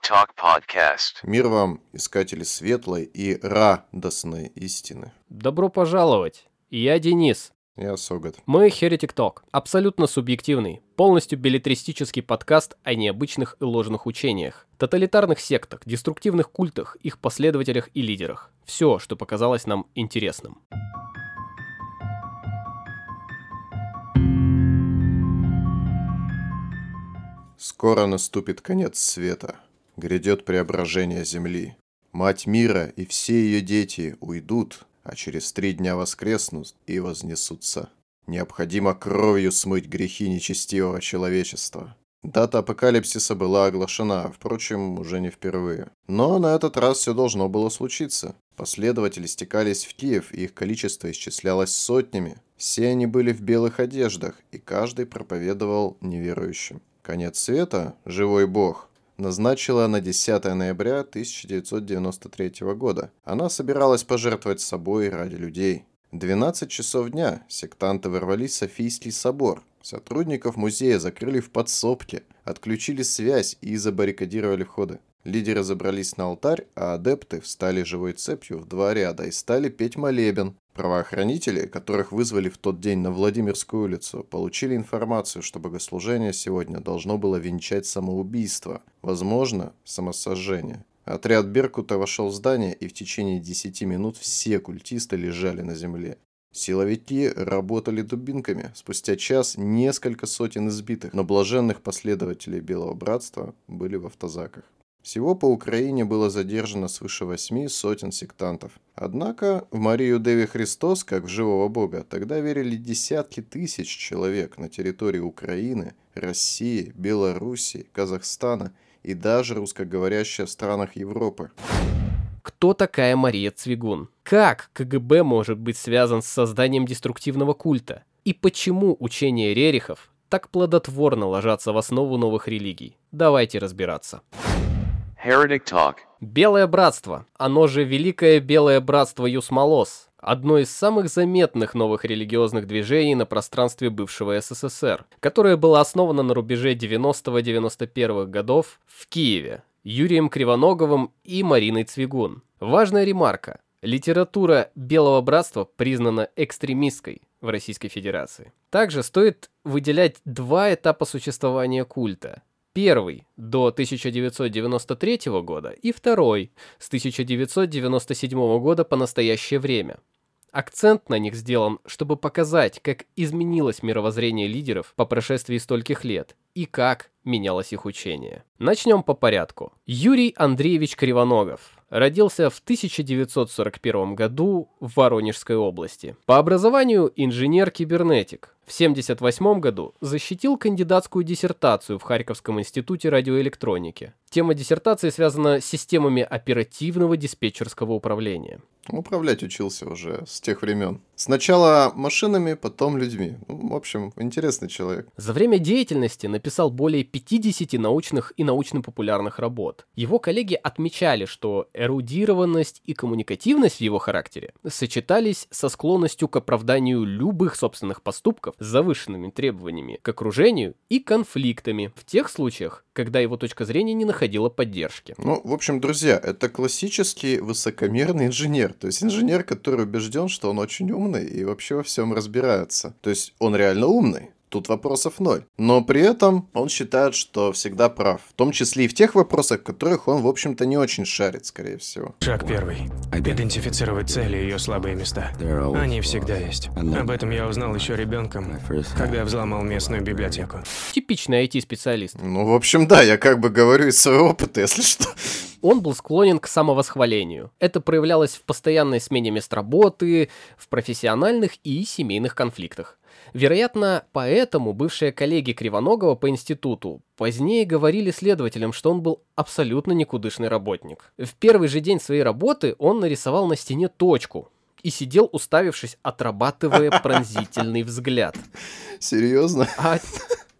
Talk Podcast. Мир вам, искатели светлой и радостной истины. Добро пожаловать! Я Денис. Я Согат. Мы Heretic Talk. Абсолютно субъективный, полностью беллетристический подкаст о необычных и ложных учениях, тоталитарных сектах, деструктивных культах, их последователях и лидерах. Все, что показалось нам интересным. Скоро наступит конец света. Грядет преображение земли. Мать мира и все ее дети уйдут, а через 3 дня воскреснут и вознесутся. Необходимо кровью смыть грехи нечестивого человечества. Дата апокалипсиса была оглашена, впрочем, уже не впервые. Но на этот раз все должно было случиться. Последователи стекались в Киев, и их количество исчислялось сотнями. Все они были в белых одеждах, и каждый проповедовал неверующим. Конец света, живой Бог, назначила на 10 ноября 1993 года. Она собиралась пожертвовать собой ради людей. 12 часов дня сектанты ворвались в Софийский собор. Сотрудников музея закрыли в подсобке, отключили связь и забаррикадировали входы. Лидеры забрались на алтарь, а адепты встали живой цепью в 2 ряда и стали петь молебен. Правоохранители, которых вызвали в тот день на Владимирскую улицу, получили информацию, что богослужение сегодня должно было венчать самоубийство, возможно, самосожжение. Отряд Беркута вошел в здание, и в течение 10 минут все культисты лежали на земле. Силовики работали дубинками. Спустя час несколько сотен избитых, но блаженных последователей Белого Братства были в автозаках. Всего по Украине было задержано свыше 8 сотен сектантов. Однако в Марию Деви Христос, как в живого Бога, тогда верили десятки тысяч человек на территории Украины, России, Белоруссии, Казахстана и даже русскоговорящие в странах Европы. Кто такая Мария Цвигун? Как КГБ может быть связан с созданием деструктивного культа? И почему учения рерихов так плодотворно ложатся в основу новых религий? Давайте разбираться. Heretic Talk. Белое братство, оно же Великое Белое Братство Юсмолос, одно из самых заметных новых религиозных движений на пространстве бывшего СССР, которое было основано на рубеже 90-91 годов в Киеве Юрием Кривоноговым и Мариной Цвигун. Важная ремарка. Литература Белого Братства признана экстремистской в Российской Федерации. Также стоит выделять 2 этапа существования культа. Первый до 1993 года и второй с 1997 года по настоящее время. Акцент на них сделан, чтобы показать, как изменилось мировоззрение лидеров по прошествии стольких лет и как менялось их учение. Начнем по порядку. Юрий Андреевич Кривоногов родился в 1941 году в Воронежской области. По образованию инженер-кибернетик. В 1978 году защитил кандидатскую диссертацию в Харьковском институте радиоэлектроники. Тема диссертации связана с системами оперативного диспетчерского управления. Управлять учился уже с тех времен. Сначала машинами, потом людьми. В общем, интересный человек. За время деятельности написал более 50 научных и научно-популярных работ. Его коллеги отмечали, что эрудированность и коммуникативность в его характере сочетались со склонностью к оправданию любых собственных поступков с завышенными требованиями к окружению и конфликтами в тех случаях, когда его точка зрения не находила поддержки. В общем, друзья, это классический высокомерный инженер. То есть инженер, который убежден, что он очень умный и вообще во всем разбирается. То есть он реально умный. Тут вопросов 0. Но при этом он считает, что всегда прав. В том числе и в тех вопросах, в которых он, в общем-то, не очень шарит, скорее всего. Шаг 1. Идентифицировать цели и ее слабые места. Они всегда есть. Об этом я узнал еще ребенком, когда взломал местную библиотеку. Типичный IT-специалист. В общем, да, я как бы говорю из своего опыта, если что. Он был склонен к самовосхвалению. Это проявлялось в постоянной смене мест работы, в профессиональных и семейных конфликтах. Вероятно, поэтому бывшие коллеги Кривоногова по институту позднее говорили следователям, что он был абсолютно никудышный работник. В первый же день своей работы он нарисовал на стене точку и сидел, уставившись, отрабатывая пронзительный взгляд. Серьезно?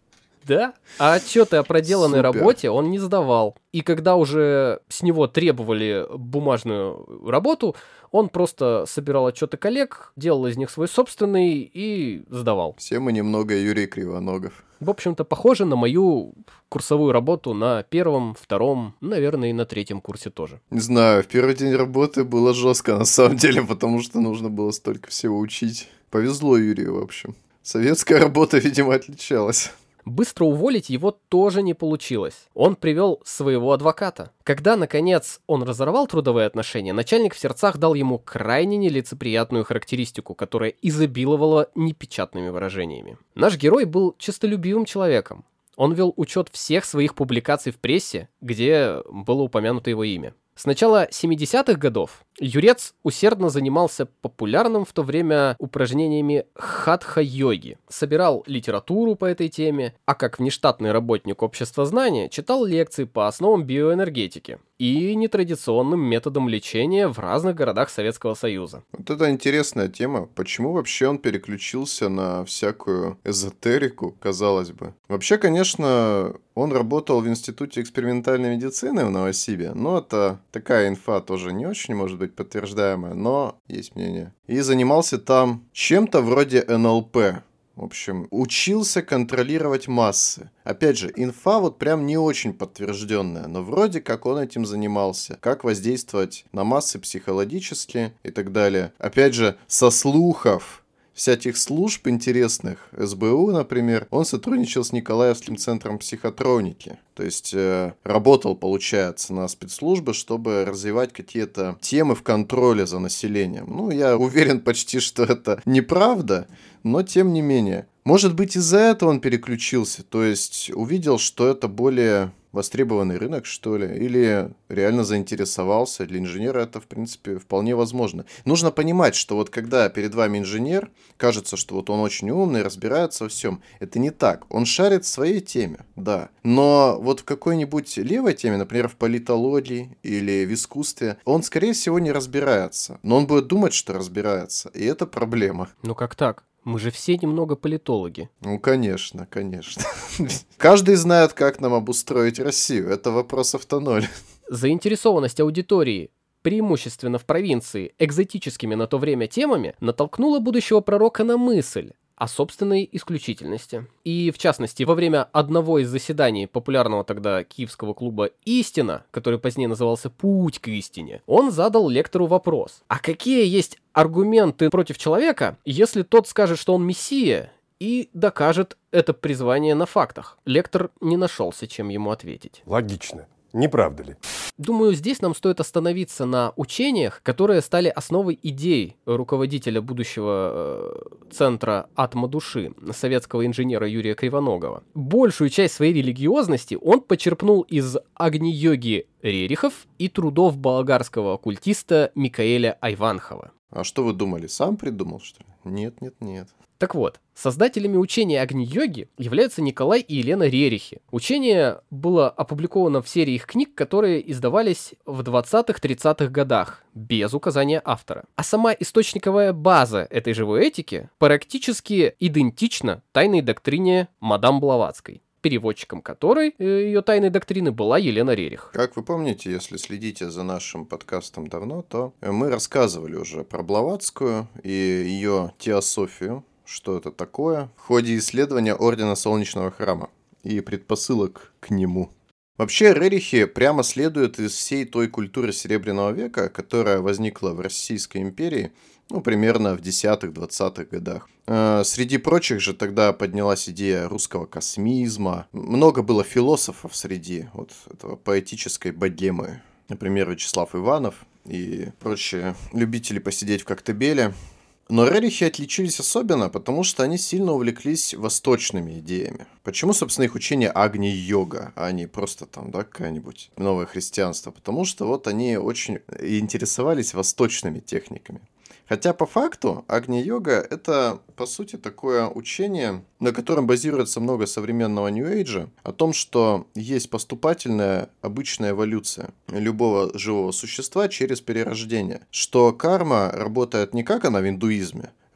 Да? А отчеты о проделанной Супер. работе он не сдавал. И когда уже с него требовали бумажную работу, он просто собирал отчеты коллег, делал из них свой собственный и сдавал. Все мы немного Юрий Кривоногов. В общем-то, похоже на мою курсовую работу на первом, втором, наверное, и на третьем курсе тоже. Не знаю, в первый день работы было жестко на самом деле, потому что нужно было столько всего учить. Повезло Юрию, в общем. Советская работа, видимо, отличалась. Быстро уволить его тоже не получилось. Он привел своего адвоката. Когда, наконец, он разорвал трудовые отношения, начальник в сердцах дал ему крайне нелицеприятную характеристику, которая изобиловала непечатными выражениями. Наш герой был честолюбивым человеком. Он вел учет всех своих публикаций в прессе, где было упомянуто его имя. С начала 70-х годов Юрец усердно занимался популярным в то время упражнениями хатха-йоги, собирал литературу по этой теме, а как внештатный работник общества знания читал лекции по основам биоэнергетики и нетрадиционным методам лечения в разных городах Советского Союза. Вот это интересная тема. Почему вообще он переключился на всякую эзотерику, казалось бы? Вообще, конечно, он работал в Институте экспериментальной медицины в Новосибе, но это такая инфа тоже не очень может быть подтверждаемая, но есть мнение. И занимался там чем-то вроде НЛП. В общем, учился контролировать массы. Опять же, инфа вот прям не очень подтвержденная, но вроде как он этим занимался. Как воздействовать на массы психологически и так далее. Опять же, со слухов всяких служб интересных, СБУ, например, он сотрудничал с Николаевским центром психотроники. То есть работал, получается, на спецслужбы, чтобы развивать какие-то темы в контроле за населением. Ну, я уверен почти, что это неправда, но тем не менее. Может быть, из-за этого он переключился, то есть увидел, что это более востребованный рынок, что ли, или реально заинтересовался. Для инженера это, в принципе, вполне возможно. Нужно понимать, что вот когда перед вами инженер, кажется, что вот он очень умный, разбирается во всем. Это не так. Он шарит в своей теме, да. Но вот в какой-нибудь левой теме, например, в политологии или в искусстве, он, скорее всего, не разбирается. Но он будет думать, что разбирается, и это проблема. Ну как так? Мы же все немного политологи. Ну, конечно, конечно. Каждый знает, как нам обустроить Россию. Это вопросов-то ноль. Заинтересованность аудитории, преимущественно в провинции, экзотическими на то время темами, натолкнула будущего пророка на мысль о собственной исключительности. И, в частности, во время одного из заседаний популярного тогда киевского клуба «Истина», который позднее назывался «Путь к истине», он задал лектору вопрос: а какие есть аргументы против человека, если тот скажет, что он мессия, и докажет это призвание на фактах? Лектор не нашелся, чем ему ответить. Логично. Не правда ли? Думаю, здесь нам стоит остановиться на учениях, которые стали основой идей руководителя будущего центра «Атома души», советского инженера Юрия Кривоногова. Большую часть своей религиозности он почерпнул из Агни-йоги Рерихов и трудов болгарского оккультиста Микаэля Айванхова. А что вы думали, сам придумал, что ли? Нет, нет, нет. Так вот, создателями учения Агни-йоги являются Николай и Елена Рерихи. Учение было опубликовано в серии их книг, которые издавались в 20-30-х годах, без указания автора. А сама источниковая база этой живой этики практически идентична тайной доктрине мадам Блаватской, переводчиком которой ее тайной доктрины была Елена Рерих. Как вы помните, если следите за нашим подкастом давно, то мы рассказывали уже про Блаватскую и ее теософию, что это такое, в ходе исследования Ордена Солнечного Храма и предпосылок к нему. Вообще, Рерихи прямо следуют из всей той культуры Серебряного века, которая возникла в Российской империи, примерно в 10-20-х годах. Среди прочих же тогда поднялась идея русского космизма. Много было философов среди вот этого поэтической богемы. Например, Вячеслав Иванов и прочие любители посидеть в Коктебеле. Но Рерихи отличились особенно, потому что они сильно увлеклись восточными идеями. Почему, собственно, их учение Агни-йога, а не просто там, да, какое-нибудь новое христианство? Потому что вот они очень интересовались восточными техниками. Хотя по факту Агни-йога — это, по сути, такое учение, на котором базируется много современного нью-эйджа, о том, что есть поступательная обычная эволюция любого живого существа через перерождение. Что карма работает не как она в индуизме,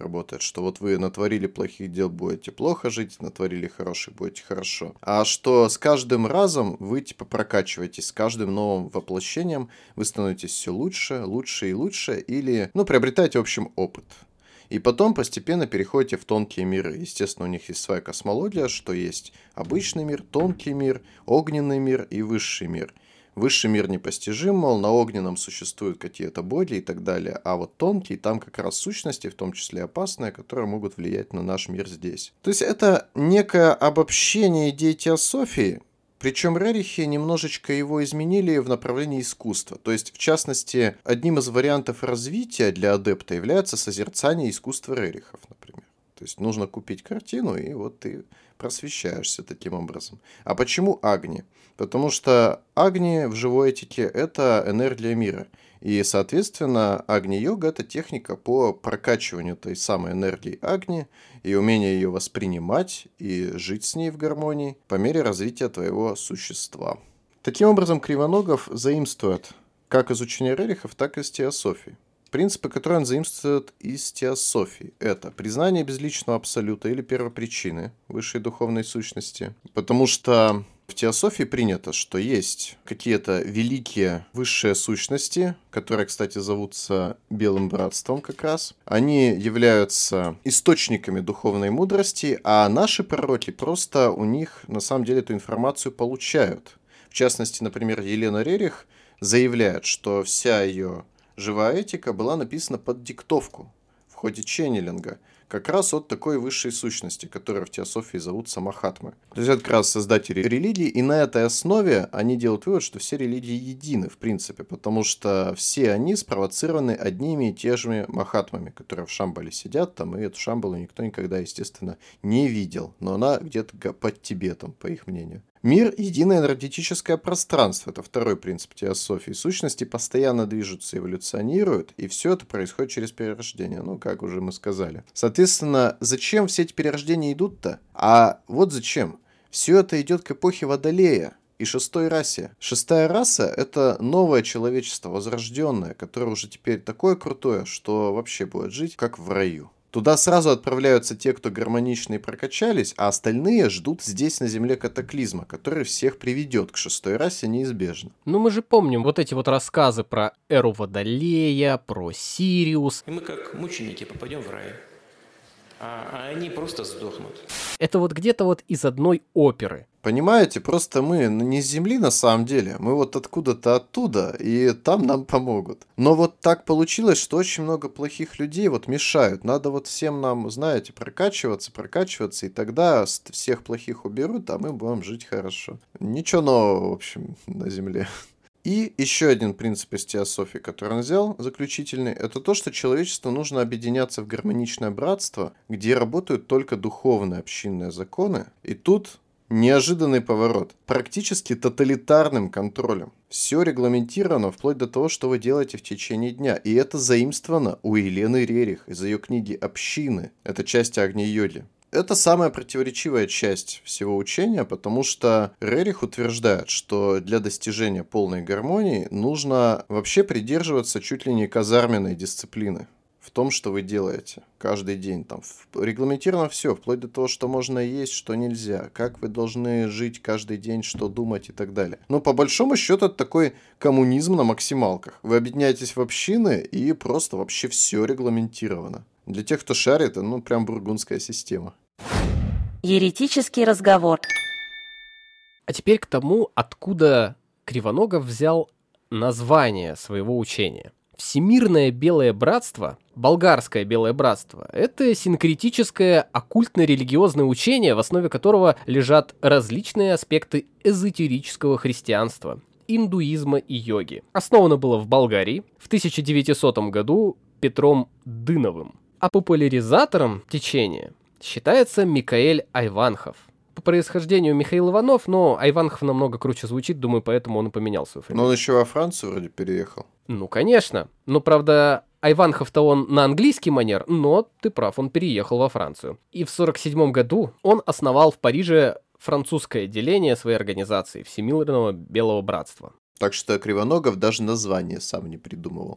работает, что вот вы натворили плохих дел, будете плохо жить, натворили хороших, будете хорошо. А что с каждым разом вы типа прокачиваетесь, с каждым новым воплощением вы становитесь все лучше, лучше и лучше, или, приобретаете, в общем, опыт. И потом постепенно переходите в тонкие миры. Естественно, у них есть своя космология, что есть обычный мир, тонкий мир, огненный мир и высший мир. Высший мир непостижим, мол, на огненном существуют какие-то боги и так далее, а вот тонкий, там как раз сущности, в том числе опасные, которые могут влиять на наш мир здесь. То есть это некое обобщение идей теософии, причем рерихи немножечко его изменили в направлении искусства. То есть, в частности, одним из вариантов развития для адепта является созерцание искусства рерихов, например. То есть, нужно купить картину, и вот ты просвещаешься таким образом. А почему Агни? Потому что Агни в живой этике – это энергия мира. И, соответственно, Агни-йога – это техника по прокачиванию той самой энергии Агни и умение ее воспринимать и жить с ней в гармонии по мере развития твоего существа. Таким образом, Кривоногов заимствует как из учения рерихов, так и из теософии. Принципы, которые он заимствует из теософии, это признание безличного абсолюта или первопричины высшей духовной сущности. Потому что в теософии принято, что есть какие-то великие высшие сущности, которые, кстати, зовутся Белым Братством как раз. Они являются источниками духовной мудрости, а наши пророки просто у них на самом деле эту информацию получают. В частности, например, Елена Рерих заявляет, что вся ее живая этика была написана под диктовку в ходе ченнелинга, как раз от такой высшей сущности, которую в теософии зовутся Махатмы. То есть это как раз создатели религии, и на этой основе они делают вывод, что все религии едины, в принципе, потому что все они спровоцированы одними и теми же Махатмами, которые в Шамбале сидят там, и эту Шамбалу никто никогда, естественно, не видел, но она где-то под Тибетом, по их мнению. Мир – единое энергетическое пространство. Это второй принцип теософии. Сущности постоянно движутся, эволюционируют, и все это происходит через перерождение. Как уже мы сказали. Соответственно, зачем все эти перерождения идут-то? А вот зачем. Все это идет к эпохе Водолея и шестой расе. Шестая раса – это новое человечество, возрожденное, которое уже теперь такое крутое, что вообще будет жить как в раю. Туда сразу отправляются те, кто гармонично и прокачались, а остальные ждут здесь на Земле катаклизма, который всех приведет к шестой расе неизбежно. Мы же помним вот эти вот рассказы про эру Водолея, про Сириус. И мы как мученики попадем в рай, а они просто сдохнут. Это вот где-то вот из одной оперы. Понимаете, просто мы не с Земли на самом деле, мы вот откуда-то оттуда, и там нам помогут. Но вот так получилось, что очень много плохих людей вот мешают. Надо вот всем нам, знаете, прокачиваться, и тогда всех плохих уберут, а мы будем жить хорошо. Ничего нового, в общем, на Земле. И еще один принцип из теософии, который он взял, заключительный, это то, что человечеству нужно объединяться в гармоничное братство, где работают только духовные общинные законы. И тут неожиданный поворот. Практически тоталитарным контролем. Все регламентировано вплоть до того, что вы делаете в течение дня. И это заимствовано у Елены Рерих из ее книги «Общины». Это часть Агни-йоги. Это самая противоречивая часть всего учения, потому что Рерих утверждает, что для достижения полной гармонии нужно вообще придерживаться чуть ли не казарменной дисциплины в том, что вы делаете каждый день. Там регламентировано все, вплоть до того, что можно есть, что нельзя, как вы должны жить каждый день, что думать и так далее. Но по большому счету это такой коммунизм на максималках. Вы объединяетесь в общины и просто вообще все регламентировано. Для тех, кто шарит, прям бургундская система. Еретический разговор. А теперь к тому, откуда Кривоногов взял название своего учения. Всемирное Белое Братство, болгарское Белое Братство, это синкретическое оккультно-религиозное учение, в основе которого лежат различные аспекты эзотерического христианства, индуизма и йоги. Основано было в Болгарии в 1900 году Петром Дыновым, а популяризатором течения считается Микаэль Айванхов. По происхождению Михаил Иванов, но Айванхов намного круче звучит, думаю, поэтому он и поменял свою фамилию. Но он еще во Францию вроде переехал. Конечно. Но, правда, Айванхов-то он на английский манер, но ты прав, он переехал во Францию. И в 1947 году он основал в Париже французское отделение своей организации Всемирного Белого Братства. Так что Кривоногов даже название сам не придумывал.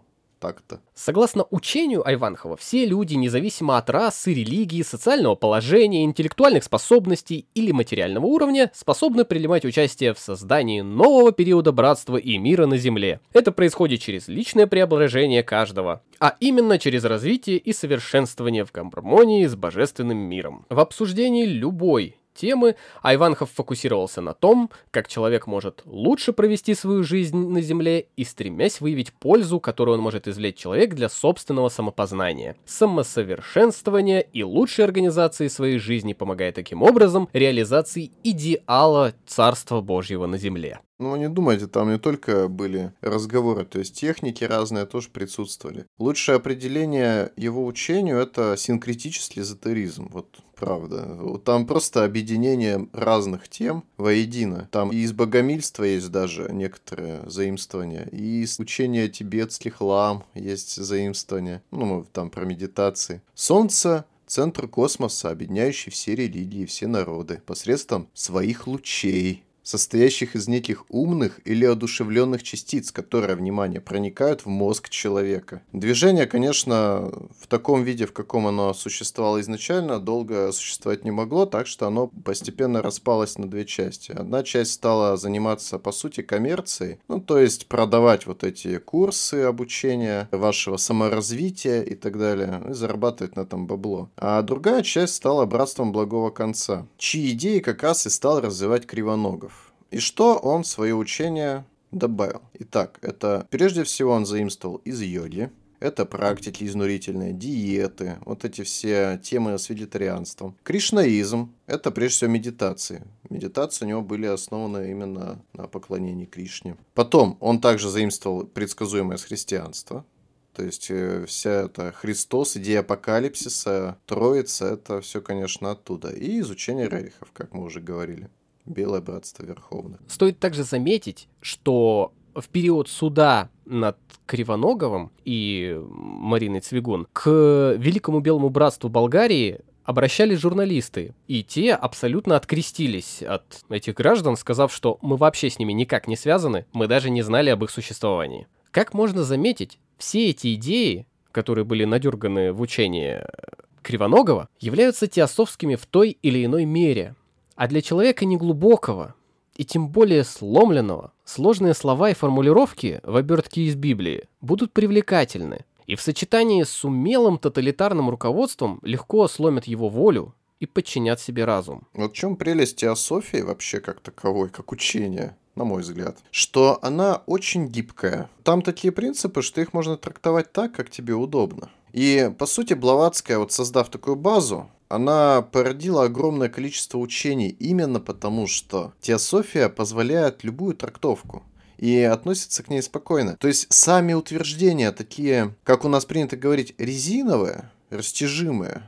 так-то. Согласно учению Айванхова, все люди, независимо от расы, религии, социального положения, интеллектуальных способностей или материального уровня, способны принимать участие в создании нового периода братства и мира на Земле. Это происходит через личное преображение каждого, а именно через развитие и совершенствование в гармонии с божественным миром. В обсуждении любой темы Айванхов фокусировался на том, как человек может лучше провести свою жизнь на Земле и стремясь выявить пользу, которую он может извлечь человек для собственного самопознания, самосовершенствования и лучшей организации своей жизни, помогая таким образом реализации идеала Царства Божьего на Земле. Ну, не думайте, там не только были разговоры, то есть техники разные тоже присутствовали. Лучшее определение его учению – это синкретический эзотеризм, вот правда. Там просто объединение разных тем воедино. Там и из богомильства есть даже некоторые заимствования, и из учения тибетских лам есть заимствования, ну, там про медитации. Солнце – центр космоса, объединяющий все религии, все народы, посредством своих лучей, состоящих из неких умных или одушевленных частиц, которые, внимание, проникают в мозг человека. Движение, конечно, в таком виде, в каком оно существовало изначально, долго существовать не могло, так что оно постепенно распалось на две части. Одна часть стала заниматься, по сути, коммерцией, ну, то есть продавать вот эти курсы обучения, вашего саморазвития и так далее, и зарабатывать на этом бабло. А другая часть стала братством благого конца, чьи идеи как раз и стал развивать Кривоногов. И что он в свое учение добавил? Итак, это прежде всего он заимствовал из йоги, это практики изнурительные, диеты, вот эти все темы с вегетарианством. Кришнаизм – это прежде всего медитации. Медитации у него были основаны именно на поклонении Кришне. Потом он также заимствовал предсказуемое с христианства. То есть вся эта Христос, идея апокалипсиса, Троица – это все, конечно, оттуда. И изучение рерихов, как мы уже говорили. Белое братство Верховных. Стоит также заметить, что в период суда над Кривоноговым и Мариной Цвигун к Великому Белому Братству Болгарии обращались журналисты, и те абсолютно открестились от этих граждан, сказав, что мы вообще с ними никак не связаны, мы даже не знали об их существовании. Как можно заметить, все эти идеи, которые были надерганы в учении Кривоногова, являются теософскими в той или иной мере. А для человека неглубокого и тем более сломленного, сложные слова и формулировки в обертке из Библии будут привлекательны, и в сочетании с умелым тоталитарным руководством легко сломят его волю и подчинят себе разум. Вот в чем прелесть теософии вообще как таковой, как учения, на мой взгляд, что она очень гибкая. Там такие принципы, что их можно трактовать так, как тебе удобно. И, по сути, Блаватская, вот создав такую базу, она породила огромное количество учений именно потому, что теософия позволяет любую трактовку и относится к ней спокойно. То есть сами утверждения такие, как у нас принято говорить, резиновые, растяжимые,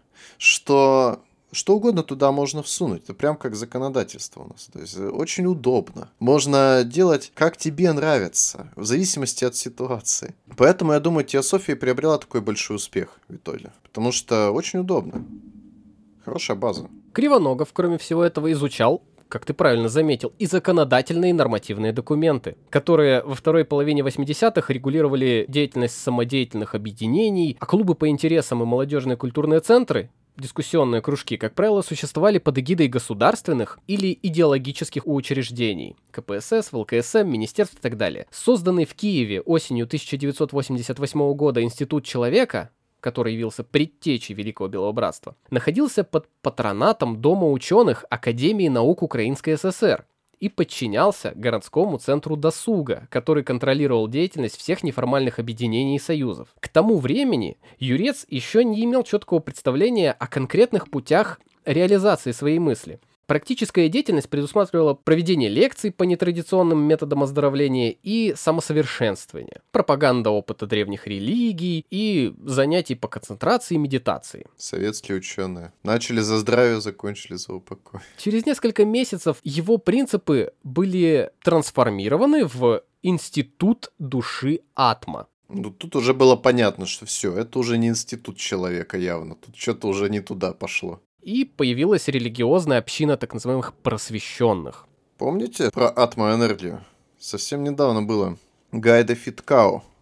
что угодно туда можно всунуть. Это прям как законодательство у нас. То есть очень удобно. Можно делать, как тебе нравится, в зависимости от ситуации. Поэтому, я думаю, теософия приобрела такой большой успех в итоге. Потому что очень удобно. Хорошая база. Кривоногов, кроме всего этого, изучал, как ты правильно заметил, и законодательные и нормативные документы, которые во второй половине 80-х регулировали деятельность самодеятельных объединений, а клубы по интересам и молодежные культурные центры, дискуссионные кружки, как правило, существовали под эгидой государственных или идеологических учреждений – КПСС, ВЛКСМ, министерств и так далее. Созданный в Киеве осенью 1988 года Институт человека, который явился предтечей Великого Белого Братства, находился под патронатом Дома ученых Академии наук Украинской ССР и подчинялся городскому центру досуга, который контролировал деятельность всех неформальных объединений и союзов. К тому времени Юрец еще не имел четкого представления о конкретных путях реализации своей мысли. Практическая деятельность предусматривала проведение лекций по нетрадиционным методам оздоровления и самосовершенствования, пропаганда опыта древних религий и занятий по концентрации и медитации. Советские ученые. Начали за здравие, закончили за упокой. Через несколько месяцев его принципы были трансформированы в Институт души Атма. Ну, тут уже было понятно, что все, это уже не институт человека явно. Тут что-то уже не туда пошло. И появилась религиозная община так называемых просвещенных. Помните про атмоэнергию? Совсем недавно было. Гайда Фиткао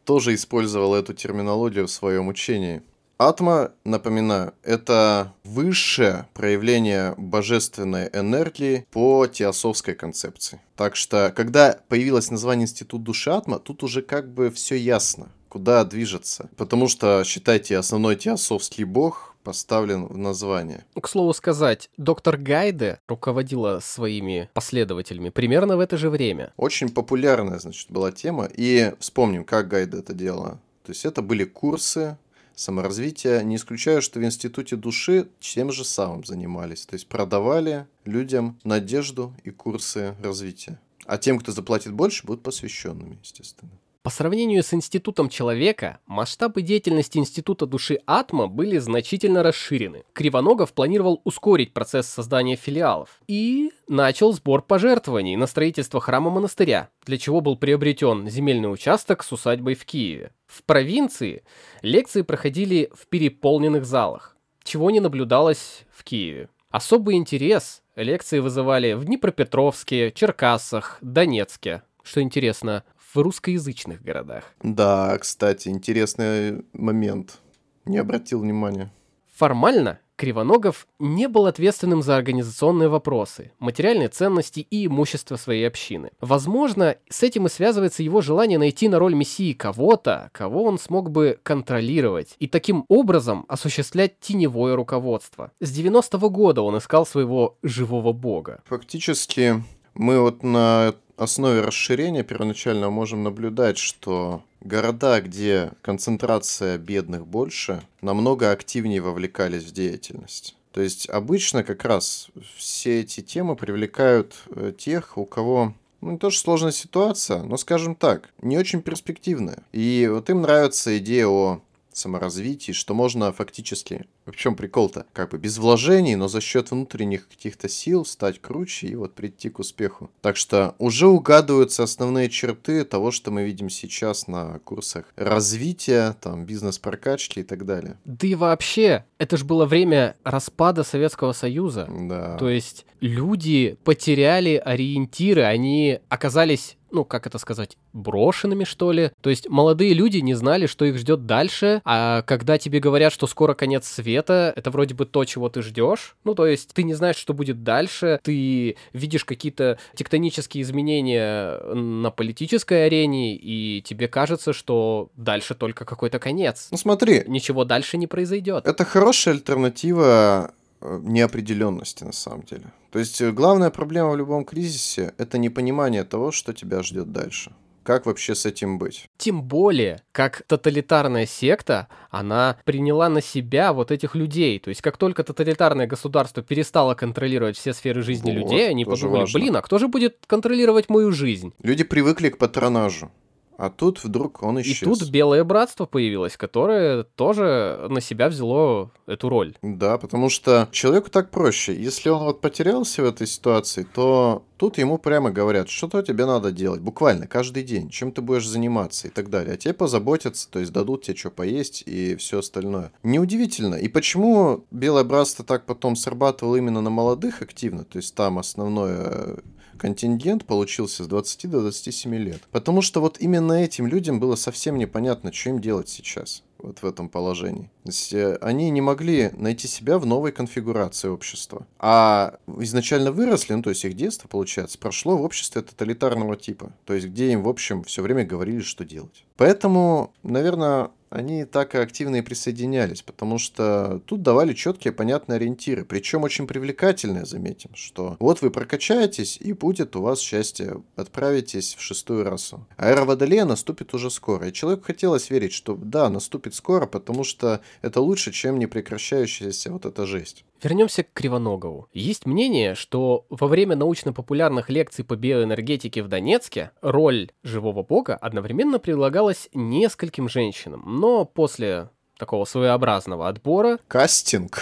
тоже использовал эту терминологию в своем учении. Атма, напоминаю, это высшее проявление божественной энергии по теософской концепции. Так что, когда появилось название Институт души Атма, тут уже как бы все ясно, куда движется. Потому что, считайте, основной теософский бог поставлен в название. К слову сказать, доктор Гайде руководила своими последователями примерно в это же время. Очень популярная, значит, была тема. И вспомним, как Гайде это делала. То есть это были курсы саморазвития. Не исключаю, что в Институте души тем же самым занимались. То есть продавали людям надежду и курсы развития. А тем, кто заплатит больше, будут посвященными, естественно. По сравнению с Институтом человека, масштабы деятельности Института души Атма были значительно расширены. Кривоногов планировал ускорить процесс создания филиалов и начал сбор пожертвований на строительство храма-монастыря, для чего был приобретен земельный участок с усадьбой в Киеве. В провинции лекции проходили в переполненных залах, чего не наблюдалось в Киеве. Особый интерес лекции вызывали в Днепропетровске, Черкассах, Донецке. Что интересно, в русскоязычных городах. Да, кстати, интересный момент. Не обратил внимания. Формально Кривоногов не был ответственным за организационные вопросы, материальные ценности и имущество своей общины. Возможно, с этим и связывается его желание найти на роль мессии кого-то, кого он смог бы контролировать, и таким образом осуществлять теневое руководство. С 90-го года он искал своего живого бога. Фактически, мы вот на основе расширения первоначально можем наблюдать, что города, где концентрация бедных больше, намного активнее вовлекались в деятельность. То есть обычно как раз все эти темы привлекают тех, у кого, не то что сложная ситуация, но, скажем так, не очень перспективная. И вот им нравится идея о саморазвитии, что можно фактически, в чем прикол-то, как бы без вложений, но за счет внутренних каких-то сил стать круче и вот прийти к успеху. Так что уже угадываются основные черты того, что мы видим сейчас на курсах развития, там, бизнес-прокачки и так далее. Да и вообще, это же было время распада Советского Союза. Да. То есть люди потеряли ориентиры, они оказались, как это сказать, брошенными, что ли. То есть молодые люди не знали, что их ждет дальше, а когда тебе говорят, что скоро конец света, это вроде бы то, чего ты ждешь. То есть ты не знаешь, что будет дальше, ты видишь какие-то тектонические изменения на политической арене, и тебе кажется, что дальше только какой-то конец. Смотри. Ничего дальше не произойдет. Это хорошая альтернатива неопределенности на самом деле. То есть главная проблема в любом кризисе — это непонимание того, что тебя ждет дальше. Как вообще с этим быть? Тем более, как тоталитарная секта, она приняла на себя вот этих людей. То есть, как только тоталитарное государство перестало контролировать все сферы жизни людей, они подумали, а кто же будет контролировать мою жизнь? Люди привыкли к патронажу. А тут вдруг он исчез. И тут Белое Братство появилось, которое тоже на себя взяло эту роль. Да, потому что человеку так проще. Если он вот потерялся в этой ситуации, то тут ему прямо говорят, что-то тебе надо делать. Буквально каждый день. Чем ты будешь заниматься и так далее. А тебе позаботятся, то есть дадут тебе что поесть и все остальное. Неудивительно. И почему Белое Братство так потом срабатывало именно на молодых активно? То есть там основное... контингент получился с 20 до 27 лет. Потому что вот именно этим людям было совсем непонятно, что им делать сейчас, вот в этом положении. То есть они не могли найти себя в новой конфигурации общества. А изначально выросли, то есть их детство, получается, прошло в обществе тоталитарного типа. То есть где им, в общем, все время говорили, что делать. Поэтому, наверное, они так и активно и присоединялись, потому что тут давали четкие, понятные ориентиры, причем очень привлекательные, заметим, что вот вы прокачаетесь, и будет у вас счастье, отправитесь в 6-ю расу. А эра Водолея наступит уже скоро, и человеку хотелось верить, что да, наступит скоро, потому что это лучше, чем непрекращающаяся вот эта жесть. Вернемся к Кривоногову. Есть мнение, что во время научно-популярных лекций по биоэнергетике в Донецке роль живого бога одновременно предлагалась нескольким женщинам, но после такого своеобразного отбора... Кастинг.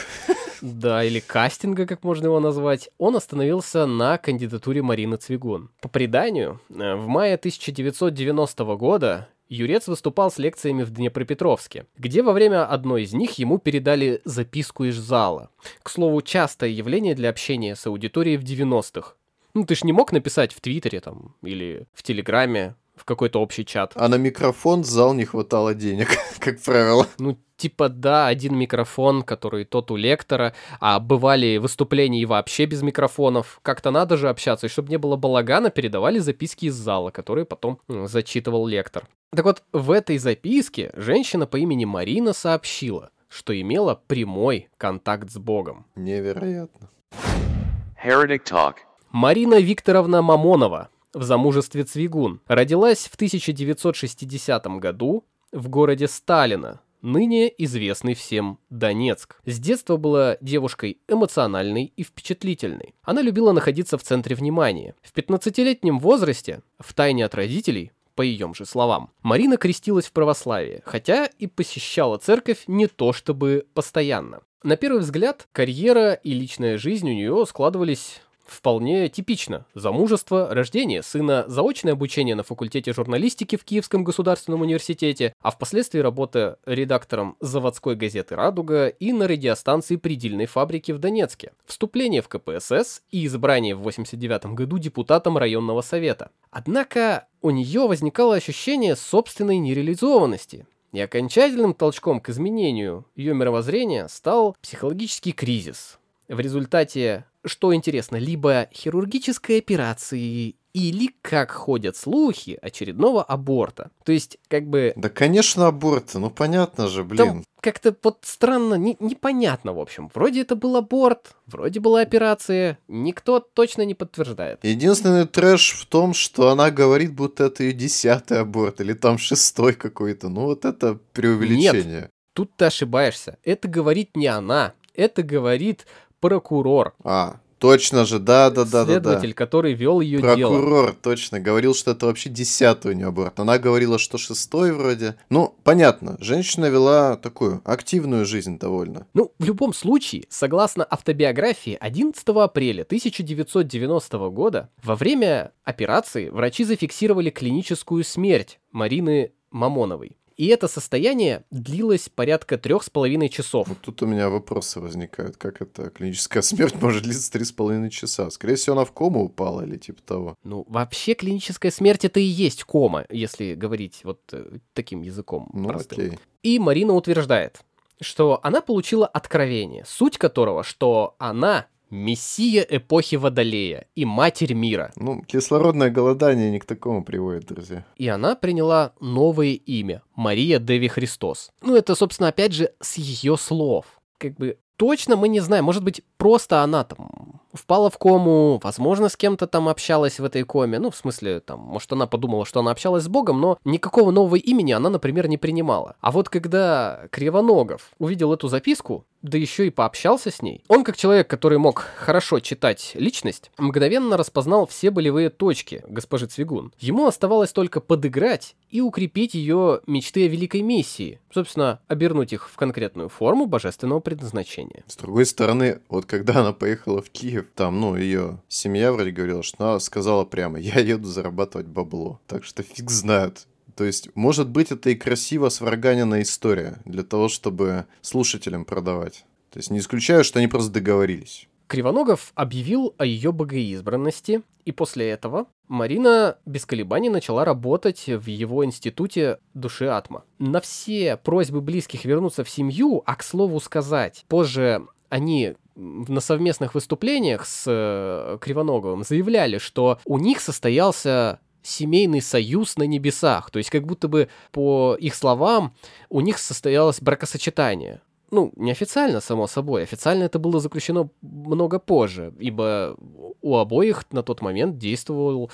Да, или кастинга, как можно его назвать, он остановился на кандидатуре Марины Цвигун. По преданию, в мае 1990 года Юрец выступал с лекциями в Днепропетровске, где во время одной из них ему передали записку из зала. К слову, частое явление для общения с аудиторией в 90-х. Ты ж не мог написать в Твиттере там или в Телеграме в какой-то общий чат. А на микрофон зал не хватало денег, как правило. Ну, типа, да, один микрофон, который тот у лектора, а бывали выступления и вообще без микрофонов. Как-то надо же общаться, и чтобы не было балагана, передавали записки из зала, которые потом зачитывал лектор. Так вот, в этой записке женщина по имени Марина сообщила, что имела прямой контакт с Богом. Невероятно. Heretic Talk. Марина Викторовна Мамонова, в замужестве Цвигун, родилась в 1960 году в городе Сталино, ныне известный всем Донецк. С детства была девушкой эмоциональной и впечатлительной. Она любила находиться в центре внимания. В 15-летнем возрасте, втайне от родителей, по ее же словам, Марина крестилась в православие, хотя и посещала церковь не то чтобы постоянно. На первый взгляд, карьера и личная жизнь у нее складывались вполне типично. Замужество, рождение сына, заочное обучение на факультете журналистики в Киевском государственном университете, а впоследствии работа редактором заводской газеты «Радуга» и на радиостанции предельной фабрики в Донецке, вступление в КПСС и избрание в 1989 году депутатом районного совета. Однако у нее возникало ощущение собственной нереализованности. И окончательным толчком к изменению ее мировоззрения стал психологический кризис. В результате, что интересно, либо хирургической операции, или, как ходят слухи, очередного аборта. То есть, как бы... Да, конечно, аборты, ну понятно же, блин. Там как-то вот странно, непонятно, в общем. Вроде это был аборт, вроде была операция, никто точно не подтверждает. Единственный трэш в том, что она говорит, будто это ее 10-й аборт, или там 6-й какой-то. Ну вот это преувеличение. Нет, тут ты ошибаешься. Это говорит не она, это говорит прокурор. Точно же, да. Следователь, который вел ее дело. Прокурор, точно, говорил, что это вообще 10-й у нее аборт. Она говорила, что 6-й вроде. Ну, понятно, женщина вела такую активную жизнь довольно. Ну, в любом случае, согласно автобиографии, 11 апреля 1990 года во время операции врачи зафиксировали клиническую смерть Марины Мамоновой. И это состояние длилось порядка 3,5 часов. Вот тут у меня вопросы возникают. Как это клиническая смерть может длиться 3,5 часа? Скорее всего, она в кому упала или типа того. Ну, вообще клиническая смерть это и есть кома, если говорить вот таким языком простым. Окей. И Марина утверждает, что она получила откровение, суть которого, что она мессия эпохи Водолея и матерь мира. Ну, кислородное голодание не к такому приводит, друзья. И она приняла новое имя – Мария Деви Христос. Ну, это, собственно, опять же, с ее слов. Как бы точно мы не знаем, может быть, просто она там впала в кому, возможно, с кем-то там общалась в этой коме. Ну, в смысле, там, может, она подумала, что она общалась с Богом, но никакого нового имени она, например, не принимала. А вот когда Кривоногов увидел эту записку, да еще и пообщался с ней, он, как человек, который мог хорошо читать личность, мгновенно распознал все болевые точки госпожи Цвигун. Ему оставалось только подыграть и укрепить ее мечты о великой миссии, собственно, обернуть их в конкретную форму божественного предназначения. С другой стороны, вот когда она поехала в Киев, там, ну, ее семья вроде говорила, что она сказала прямо, я еду зарабатывать бабло. Так что фиг знает. То есть, может быть, это и красиво сварганенная история для того, чтобы слушателям продавать. То есть, не исключаю, что они просто договорились. Кривоногов объявил о ее богоизбранности, и после этого Марина без колебаний начала работать в его институте души Атма. На все просьбы близких вернуться в семью, а к слову сказать, позже они на совместных выступлениях с Кривоноговым заявляли, что у них состоялся семейный союз на небесах, то есть как будто бы, по их словам, у них состоялось бракосочетание. Ну, неофициально, само собой. Официально это было заключено много позже, ибо у обоих на тот момент действовал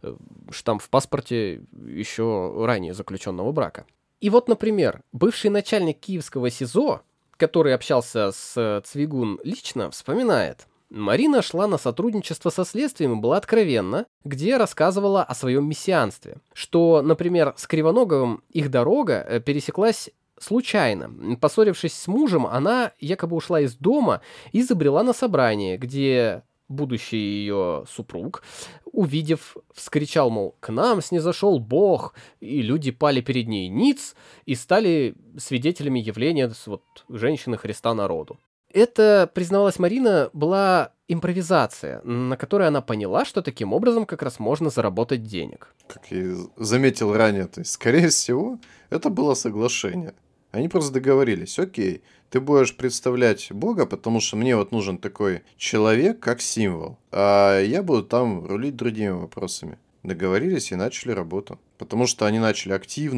штамп в паспорте еще ранее заключенного брака. И вот, например, бывший начальник Киевского СИЗО, который общался с Цвигун лично, вспоминает: Марина шла на сотрудничество со следствием и была откровенна, где рассказывала о своем мессианстве. Что, например, с Кривоноговым их дорога пересеклась случайно. Поссорившись с мужем, она якобы ушла из дома и забрела на собрание, где будущий ее супруг, увидев, вскричал, мол, к нам снизошел Бог, и люди пали перед ней ниц и стали свидетелями явления вот, женщины Христа народу. Это, признавалась Марина, была импровизация, на которой она поняла, что таким образом как раз можно заработать денег. Как я заметил ранее, то есть, скорее всего, это было соглашение. Они просто договорились: окей, ты будешь представлять Бога, потому что мне вот нужен такой человек, как символ, а я буду там рулить другими вопросами. Договорились и начали работу. Потому что они начали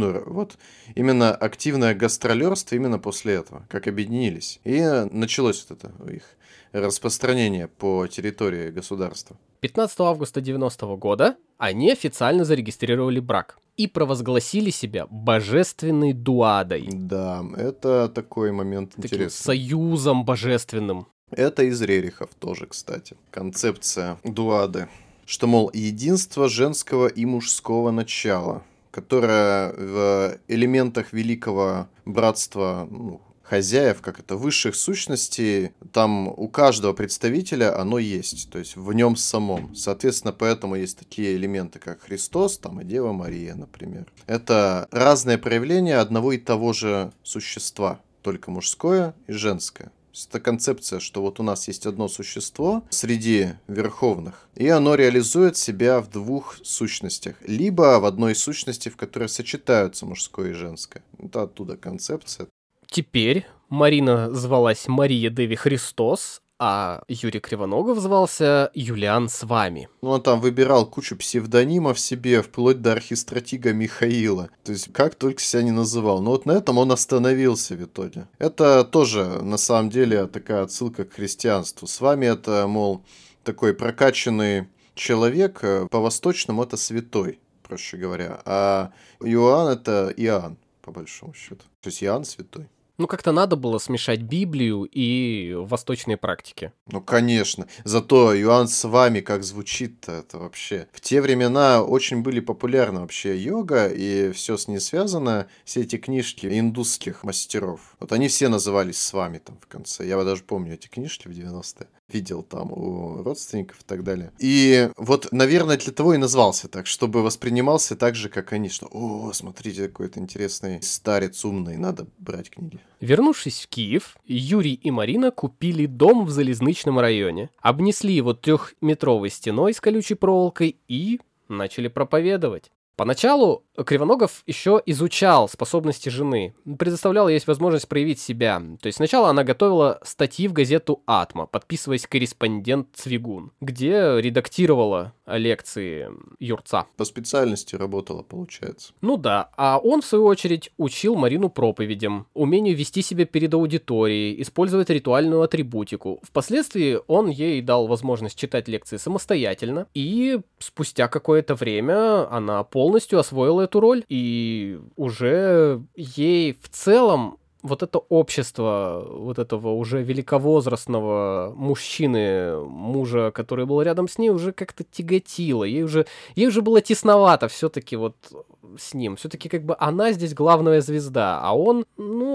именно активное гастролерство именно после этого, как объединились. И началось вот это их распространение по территории государства. 15 августа 90-го года они официально зарегистрировали брак и провозгласили себя божественной дуадой. Да, это такой момент Таким интересный. союзом божественным. Это из Рерихов тоже, кстати. Концепция дуады. Что, мол, единство женского и мужского начала, которое в элементах великого братства хозяев, высших сущностей, там у каждого представителя оно есть, то есть в нем самом. Соответственно, поэтому есть такие элементы, как Христос, там и Дева Мария, например. Это разные проявления одного и того же существа, только мужское и женское. Это концепция, что вот у нас есть одно существо среди верховных, и оно реализует себя в двух сущностях, либо в одной сущности, в которой сочетаются мужское и женское. Это оттуда концепция. Теперь Марина звалась Мария Деви Христос, а Юрий Кривоногов звался Юлиан с вами. Он там выбирал кучу псевдонимов себе, вплоть до архистратига Михаила. То есть, как только себя не называл. Но вот на этом он остановился в итоге. Это тоже, на самом деле, такая отсылка к христианству. С вами это, мол, такой прокачанный человек, по-восточному это святой, проще говоря. А Иоанн это Иоанн, по большому счету. То есть, Иоанн святой. Как-то надо было смешать Библию и восточные практики. Конечно. Зато Иоанн с вами, как звучит-то, это вообще. В те времена очень были популярны вообще йога и все с ней связано, все эти книжки индусских мастеров. Вот они все назывались с вами там в конце. Я даже помню эти книжки в 90-е. Видел там у родственников и так далее. И вот, наверное, для того и назвался так, чтобы воспринимался так же, как они, что «О, смотрите, какой-то интересный старец умный, надо брать книги». Вернувшись в Киев, Юрий и Марина купили дом в Залезничном районе, обнесли его 3-метровой стеной с колючей проволокой и начали проповедовать. Поначалу Кривоногов еще изучал способности жены, предоставлял ей возможность проявить себя. То есть сначала она готовила статьи в газету «Атма», подписываясь корреспондент Цвигун, где редактировала лекции Юрца. По специальности работала, получается. Да, а он, в свою очередь, учил Марину проповедям, умению вести себя перед аудиторией, использовать ритуальную атрибутику. Впоследствии он ей дал возможность читать лекции самостоятельно, и спустя какое-то время она полностью освоила эту роль, и уже ей в целом вот это общество вот этого уже великовозрастного мужчины, мужа, который был рядом с ней, уже как-то тяготило. Ей уже было тесновато все-таки вот с ним. Все-таки она здесь главная звезда, а он,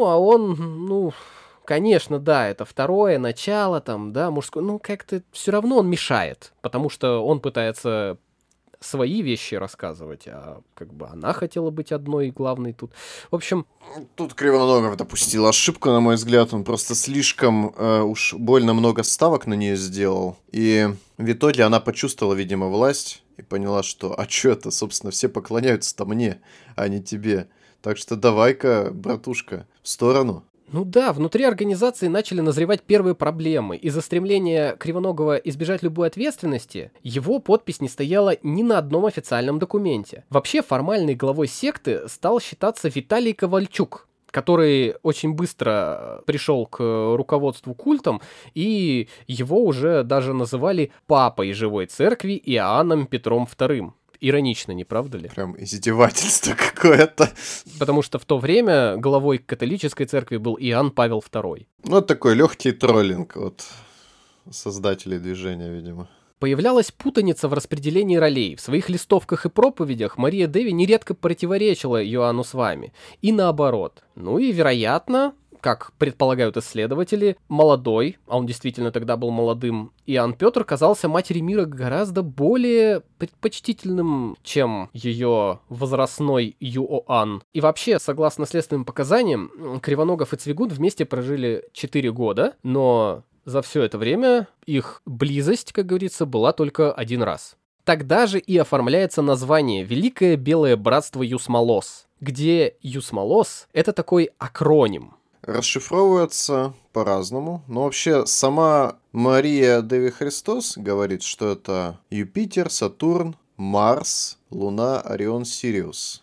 конечно, да, это второе начало, там, да, мужское, как-то все равно он мешает, потому что он пытается свои вещи рассказывать, а она хотела быть одной главной тут. В общем... Тут Кривоногов допустил ошибку, на мой взгляд. Он просто слишком уж больно много ставок на нее сделал. И в итоге она почувствовала, видимо, власть и поняла, что что это, собственно, все поклоняются-то мне, а не тебе. Так что давай-ка, братушка, в сторону. Внутри организации начали назревать первые проблемы. Из-за стремления Кривоногова избежать любой ответственности, его подпись не стояла ни на одном официальном документе. Вообще, формальной главой секты стал считаться Виталий Ковальчук, который очень быстро пришел к руководству культом, и его уже даже называли папой живой церкви Иоанном Петром II. Иронично, не правда ли? Прям издевательство какое-то. Потому что в то время главой католической церкви был Иоанн Павел II. Такой легкий троллинг от создателей движения, видимо. Появлялась путаница в распределении ролей. В своих листовках и проповедях Мария Деви нередко противоречила Иоанну с вами. И наоборот. И, вероятно, как предполагают исследователи, молодой, а он действительно тогда был молодым, Иоанн Петр казался матери мира гораздо более предпочтительным, чем ее возрастной Иоанн. И вообще, согласно следственным показаниям, Кривоногов и Цвигун вместе прожили 4 года, но За все это время их близость, как говорится, была только один раз. Тогда же и оформляется название «Великое Белое Братство Юсмолос», где Юсмолос — это такой акроним. Расшифровывается по-разному, но вообще сама Мария Деви Христос говорит, что это Юпитер, Сатурн, Марс, Луна, Орион, Сириус.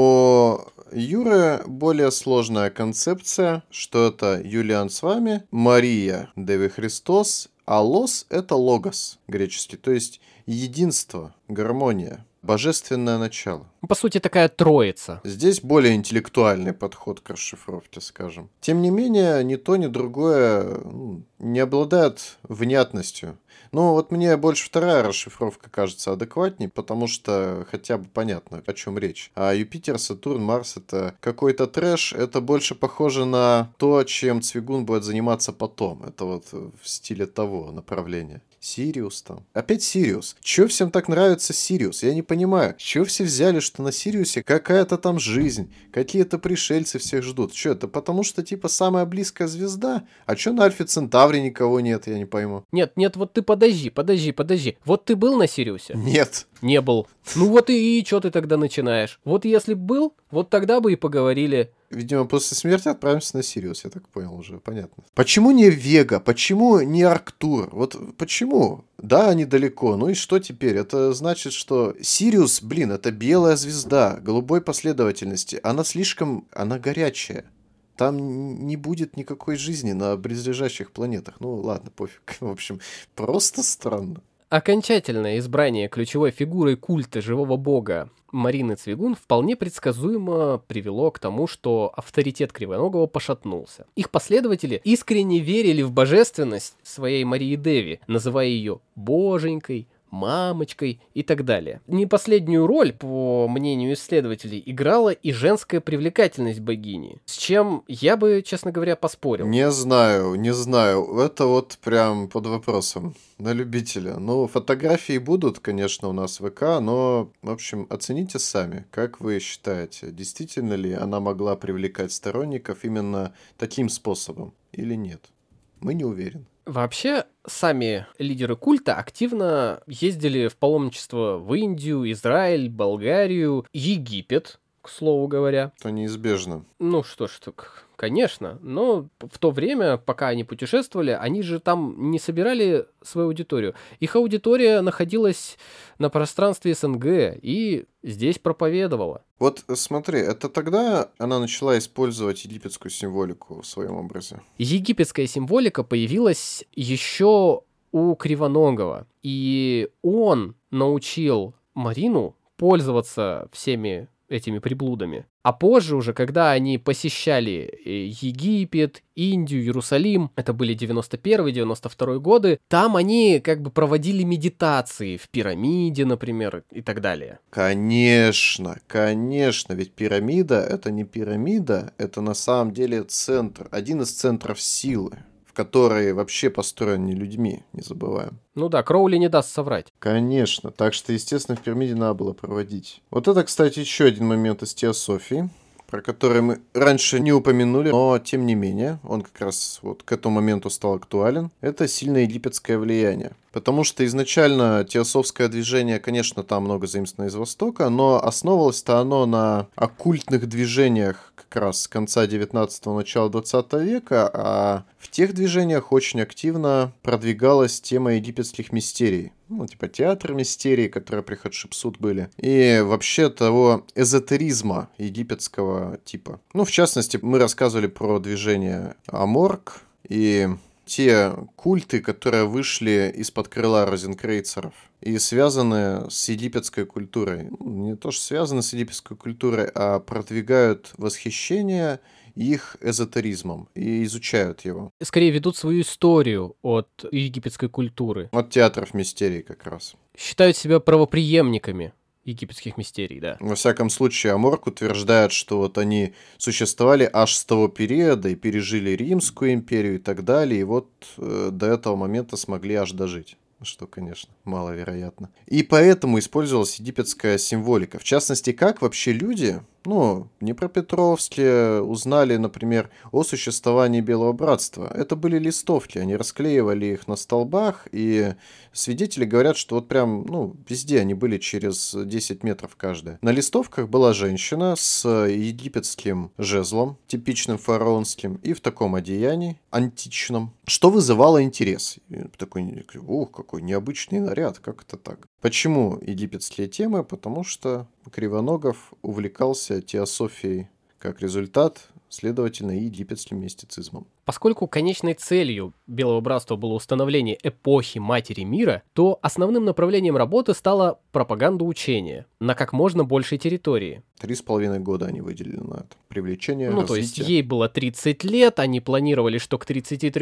У Юры более сложная концепция, что это Юлиан с вами, Мария Деви Христос, а лос — это логос греческий, то есть единство, гармония, божественное начало. По сути, такая троица. Здесь более интеллектуальный подход к расшифровке, скажем. Тем не менее, ни то, ни другое не обладает внятностью. Но вот мне больше вторая расшифровка кажется адекватней, потому что хотя бы понятно, о чем речь. А Юпитер, Сатурн, Марс — это какой-то трэш, это больше похоже на то, чем Цвигун будет заниматься потом. Это вот в стиле того направления. Сириус там. Опять Сириус. Чего всем так нравится Сириус? Я не понимаю. Чего все взяли, что на Сириусе какая-то там жизнь, какие-то пришельцы всех ждут? Что это? Потому что типа самая близкая звезда? А что на Альфе Центавре никого нет? Я не пойму. Нет, вот ты подожди. Вот ты был на Сириусе? Нет. Не был. Ну вот и что ты тогда начинаешь? Вот если б был, вот тогда бы и поговорили. Видимо, после смерти отправимся на Сириус, я так понял уже, понятно. Почему не Вега? Почему не Арктур? Вот почему? Да, они далеко, ну и что теперь? Это значит, что Сириус, это белая звезда голубой последовательности. Она горячая. Там не будет никакой жизни на близлежащих планетах. Ну ладно, пофиг. В общем, просто странно. Окончательное избрание ключевой фигурой культа живого бога Марины Цвигун вполне предсказуемо привело к тому, что авторитет Кривоногого пошатнулся. Их последователи искренне верили в божественность своей Марии Деви, называя ее «боженькой», «мамочкой» и так далее. Не последнюю роль, по мнению исследователей, играла и женская привлекательность богини, с чем я бы, честно говоря, поспорил. Не знаю. Это вот прям под вопросом. На любителя. Ну, фотографии будут, конечно, у нас в ВК, но, в общем, оцените сами. Как вы считаете, действительно ли она могла привлекать сторонников именно таким способом или нет? Мы не уверены. Вообще, сами лидеры культа активно ездили в паломничество в Индию, Израиль, Болгарию, Египет, к слову говоря. Это неизбежно. Ну что ж, так, конечно, но в то время, пока они путешествовали, они же там не собирали свою аудиторию. Их аудитория находилась на пространстве СНГ и здесь проповедовала. Вот смотри, это тогда она начала использовать египетскую символику в своем образе. Египетская символика появилась еще у Кривоногого, и он научил Марину пользоваться всеми этими приблудами. А позже уже, когда они посещали Египет, Индию, Иерусалим, это были 91-92 годы, там они как бы проводили медитации в пирамиде, например, и так далее. Конечно, ведь пирамида — это не пирамида, это на самом деле центр, один из центров силы, которые вообще построены не людьми, не забываем. Ну да, Кроули не даст соврать. Конечно, так что, естественно, в пирамиде надо было проводить. Вот это, кстати, еще один момент из теософии, про который мы раньше не упомянули, но тем не менее, он как раз вот к этому моменту стал актуален. Это сильное египетское влияние. Потому что изначально теософское движение, конечно, там много заимствовано из Востока, но основывалось-то оно на оккультных движениях как раз с конца 19-го, начала 20 века, а в тех движениях очень активно продвигалась тема египетских мистерий. Ну, типа театр мистерий, которые при Хатшепсут были. И вообще того эзотеризма египетского типа. Ну, в частности, мы рассказывали про движение Аморг и те культы, которые вышли из-под крыла розенкрейцеров и связаны с египетской культурой. Не то, что связаны с египетской культурой, а продвигают восхищение их эзотеризмом и изучают его. Скорее ведут свою историю от египетской культуры. От театров мистерий как раз. Считают себя правопреемниками египетских мистерий, да. Во всяком случае, Аморг утверждает, что вот они существовали аж с того периода и пережили Римскую империю и так далее, и вот до этого момента смогли аж дожить. Что, конечно, маловероятно. И поэтому использовалась египетская символика. В частности, как вообще люди в Днепропетровске узнали, например, о существовании Белого Братства. Это были листовки, они расклеивали их на столбах, и свидетели говорят, что вот прям, везде они были через 10 метров каждая. На листовках была женщина с египетским жезлом, типичным фараонским, и в таком одеянии, античном, что вызывало интерес. И такой, какой необычный наряд, как это так? Почему египетские темы? Потому что Кривоногов увлекался теософией, как результат, следовательно, и египетским мистицизмом. Поскольку конечной целью Белого Братства было установление эпохи Матери Мира, то основным направлением работы стала пропаганда учения на как можно большей территории. 3,5 года они выделили на это. Привлечение, то развитие. есть ей было 30 лет, они планировали, что к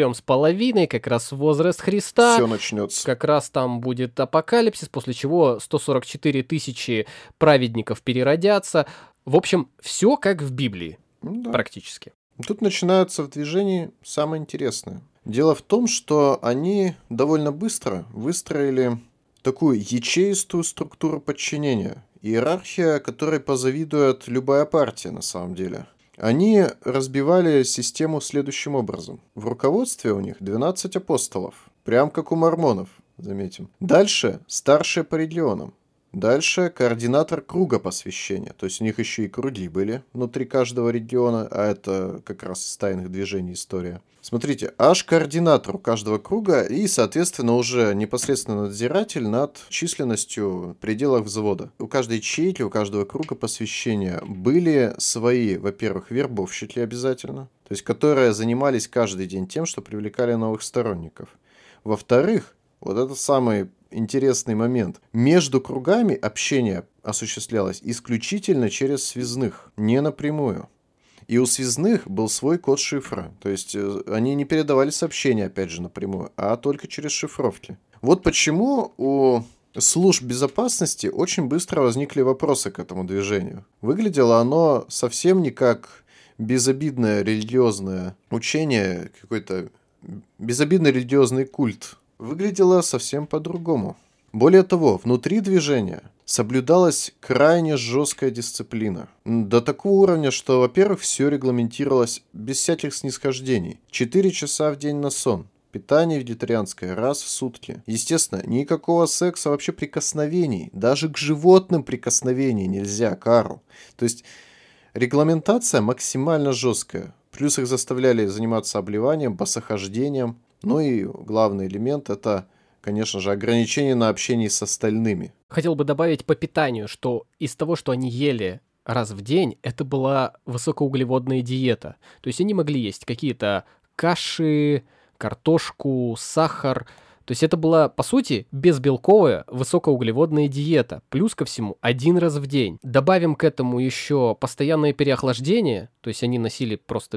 33,5 как раз возраст Христа. Все начнется. Как раз там будет апокалипсис, после чего 144 тысячи праведников переродятся. В общем, все как в Библии, практически. Тут начинается в движении самое интересное. Дело в том, что они довольно быстро выстроили такую ячеистую структуру подчинения. Иерархия, которой позавидует любая партия на самом деле. Они разбивали систему следующим образом. В руководстве у них 12 апостолов. Прям как у мормонов, заметим. Дальше старшие по регионам. Дальше координатор круга посвящения. То есть у них еще и круги были внутри каждого региона, а это как раз из тайных движений история. Смотрите, аж координатор у каждого круга и, соответственно, уже непосредственно надзиратель над численностью в пределах взвода. У каждой ячейки, у каждого круга посвящения были свои, во-первых, вербовщики обязательно, то есть которые занимались каждый день тем, что привлекали новых сторонников. Во-вторых, вот это самый интересный момент. Между кругами общение осуществлялось исключительно через связных, не напрямую. И у связных был свой код шифра. То есть они не передавали сообщения, опять же, напрямую, а только через шифровки. Вот почему у служб безопасности очень быстро возникли вопросы к этому движению. Выглядело оно совсем не как безобидное религиозное учение, какой-то безобидный религиозный культ. Выглядело совсем по-другому. Более того, внутри движения соблюдалась крайне жесткая дисциплина. До такого уровня, что, во-первых, все регламентировалось без всяких снисхождений. 4 часа в день на сон. Питание вегетарианское раз в сутки. Естественно, никакого секса, вообще прикосновений. Даже к животным прикосновений нельзя, Карл. То есть регламентация максимально жесткая. Плюс их заставляли заниматься обливанием, босохождением. Ну и главный элемент – это, конечно же, ограничение на общение с остальными. Хотел бы добавить по питанию, что из того, что они ели раз в день, это была высокоуглеводная диета. То есть они могли есть какие-то каши, картошку, сахар. То есть это была, по сути, безбелковая высокоуглеводная диета. Плюс ко всему, 1 раз в день. Добавим к этому еще постоянное переохлаждение. То есть они носили просто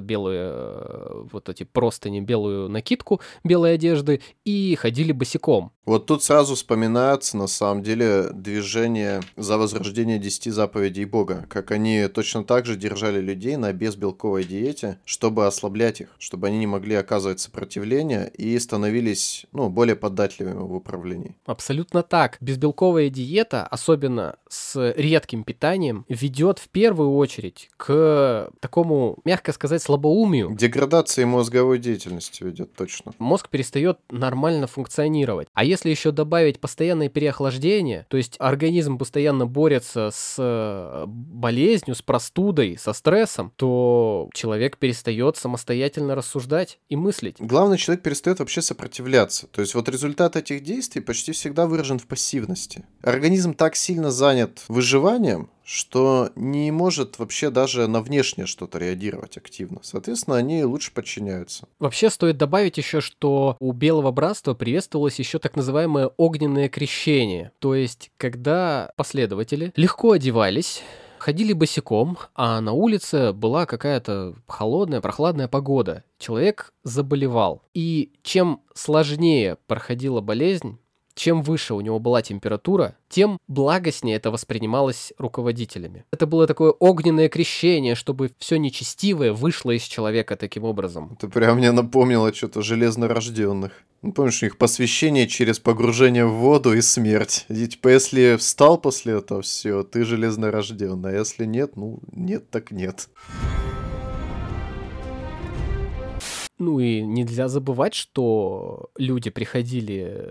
белые, вот эти простыни, белую накидку, белой одежды и ходили босиком. Вот тут сразу вспоминается, на самом деле, движение за возрождение 10 заповедей Бога. Как они точно так же держали людей на безбелковой диете, чтобы ослаблять их, чтобы они не могли оказывать сопротивление и становились, более податливыми в управлении. Абсолютно так. Безбелковая диета, особенно с редким питанием, ведет в первую очередь к такому, мягко сказать, слабоумию. Деградация мозговой деятельности ведет, точно. Мозг перестает нормально функционировать. А если еще добавить постоянное переохлаждение, то есть организм постоянно борется с болезнью, с простудой, со стрессом, то человек перестает самостоятельно рассуждать и мыслить. Главное, человек перестает вообще сопротивляться. То есть вот результат этих действий почти всегда выражен в пассивности. Организм так сильно занят выживанием, что не может вообще даже на внешнее что-то реагировать активно. Соответственно, они лучше подчиняются. Вообще стоит добавить еще, что у Белого Братства приветствовалось еще так называемое огненное крещение. То есть, когда последователи легко одевались, ходили босиком, а на улице была какая-то холодная, прохладная погода. Человек заболевал. И чем сложнее проходила болезнь, чем выше у него была температура, тем благостнее это воспринималось руководителями. Это было такое огненное крещение, чтобы все нечестивое вышло из человека таким образом. Это прям мне напомнило что-то железнорожденных. Ну, помнишь, у них посвящение через погружение в воду и смерть. И, типа, если встал после этого, все, ты железнорожденный. А если нет, ну, нет так нет. Ну и нельзя забывать, что люди приходили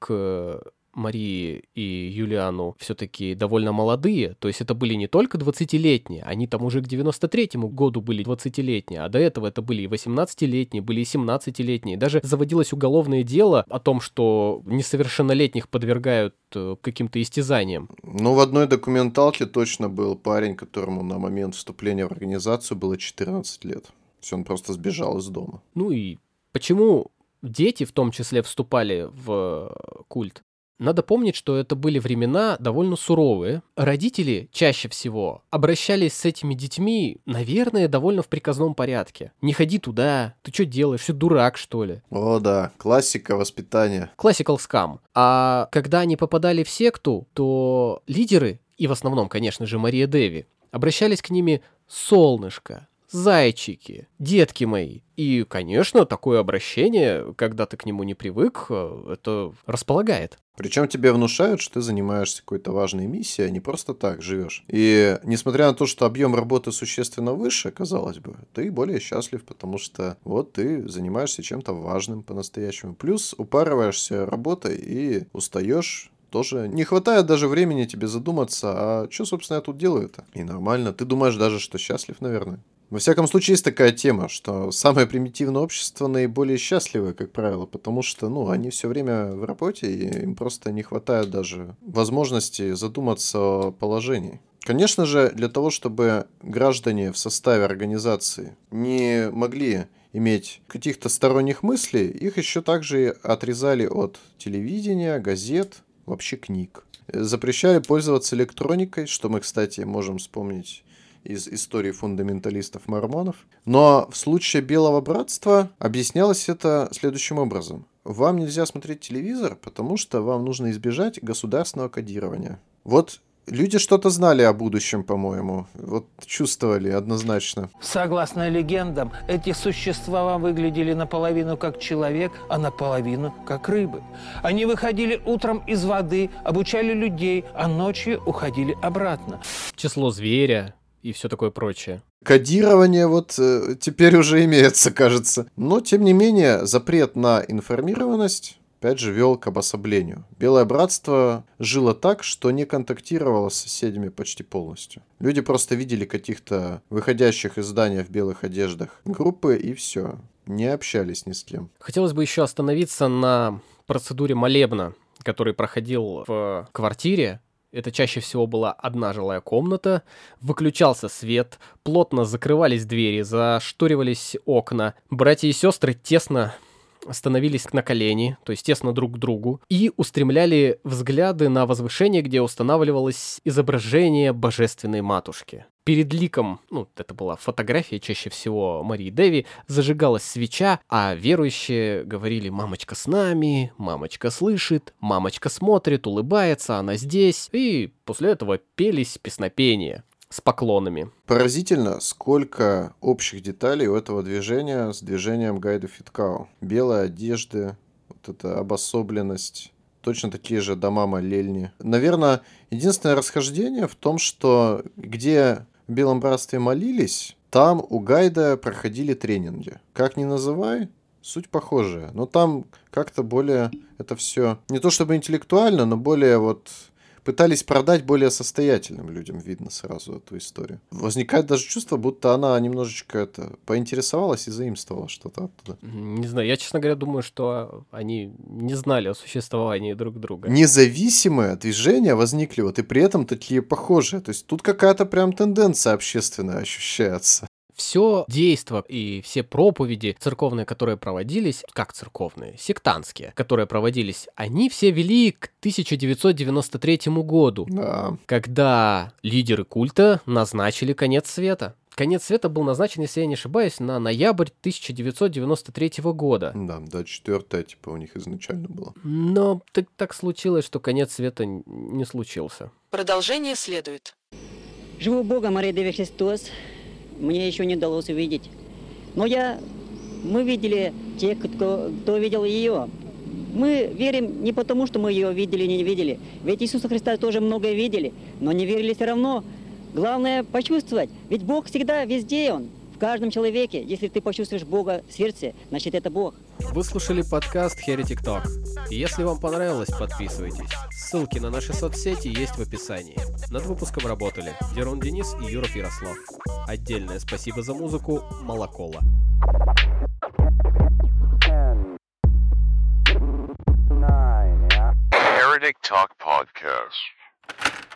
к Марии и Юлиану все-таки довольно молодые, то есть это были не только 20-летние, они там уже к 93-му году были 20-летние, а до этого это были и 18-летние, были и 17-летние. Даже заводилось уголовное дело о том, что несовершеннолетних подвергают каким-то истязаниям. Ну, в одной документалке точно был парень, которому на момент вступления в организацию было 14 лет. То есть он просто сбежал из дома. Ну и почему дети в том числе вступали в культ? Надо помнить, что это были времена довольно суровые. Родители чаще всего обращались с этими детьми, наверное, довольно в приказном порядке. Не ходи туда, ты что делаешь, ты дурак, что ли? О да, классика воспитания. Classical scam. А когда они попадали в секту, то лидеры, и в основном, конечно же, Мария Деви, обращались к ними: солнышко, зайчики, детки мои. И, конечно, такое обращение, когда ты к нему не привык, это располагает. Причем тебе внушают, что ты занимаешься какой-то важной миссией, а не просто так живешь. И несмотря на то, что объем работы существенно выше, казалось бы, ты более счастлив, потому что вот ты занимаешься чем-то важным по-настоящему. Плюс упарываешься работой и устаешь. Тоже не хватает даже времени тебе задуматься, а что, собственно, я тут делаю-то? И нормально. Ты думаешь даже, что счастлив, наверное. Во всяком случае, есть такая тема, что самое примитивное общество наиболее счастливое, как правило, потому что, они все время в работе, и им просто не хватает даже возможности задуматься о положении. Конечно же, для того, чтобы граждане в составе организации не могли иметь каких-то сторонних мыслей, их еще также отрезали от телевидения, газет, вообще книг. Запрещали пользоваться электроникой, что мы, кстати, можем вспомнить из истории фундаменталистов-мормонов. Но в случае Белого Братства объяснялось это следующим образом. Вам нельзя смотреть телевизор, потому что вам нужно избежать государственного кодирования. Вот люди что-то знали о будущем, по-моему. Вот чувствовали однозначно. Согласно легендам, эти существа выглядели наполовину как человек, а наполовину как рыбы. Они выходили утром из воды, обучали людей, а ночью уходили обратно. Число зверя и все такое прочее. Кодирование теперь уже имеется, кажется. Но, тем не менее, запрет на информированность опять же вел к обособлению. Белое Братство жило так, что не контактировало с соседями почти полностью. Люди просто видели каких-то выходящих из здания в белых одеждах группы и все. Не общались ни с кем. Хотелось бы еще остановиться на процедуре молебна, который проходил в квартире. Это чаще всего была одна жилая комната, выключался свет, плотно закрывались двери, зашторивались окна. Братья и сестры тесно становились на колени, то есть тесно друг к другу, и устремляли взгляды на возвышение, где устанавливалось изображение Божественной Матушки. Перед ликом, это была фотография чаще всего Марии Деви, зажигалась свеча, а верующие говорили: «Мамочка с нами, мамочка слышит, мамочка смотрит, улыбается, она здесь». И после этого пелись песнопения с поклонами. Поразительно, сколько общих деталей у этого движения с движением Гайда Фиткао. Белые одежды, вот эта обособленность, точно такие же дома молельни. Наверное, единственное расхождение в том, что где в Белом Братстве молились, там у Гайда проходили тренинги. Как ни называй, суть похожая. Но там как-то более это все не то чтобы интеллектуально, но более пытались продать более состоятельным людям, видно сразу эту историю. Возникает даже чувство, будто она немножечко поинтересовалась и заимствовала что-то оттуда. Не знаю, я, честно говоря, думаю, что они не знали о существовании друг друга. Независимые движения возникли, и при этом такие похожие. То есть тут какая-то прям тенденция общественная ощущается. Все действо и все проповеди церковные, которые проводились, как церковные, сектантские, которые проводились, они все вели к 1993 году, Да. когда лидеры культа назначили конец света. Конец света был назначен, если я не ошибаюсь, на ноябрь 1993 года. Да, 24-е, у них изначально было. Но так случилось, что конец света не случился. Продолжение следует. Живу Богом, Мария Деви Христос. Мне еще не удалось увидеть. Но мы видели тех, кто видел ее. Мы верим не потому, что мы ее видели, не видели. Ведь Иисуса Христа тоже многое видели, но не верили все равно. Главное почувствовать. Ведь Бог всегда везде Он. В каждом человеке. Если ты почувствуешь Бога в сердце, значит это Бог. Вы слушали подкаст Heretic Talk. Если вам понравилось, подписывайтесь. Ссылки на наши соцсети есть в описании. Над выпуском работали Дерон Денис и Юров Ярослав. Отдельное спасибо за музыку Молокола. Heretic Talk Podcast.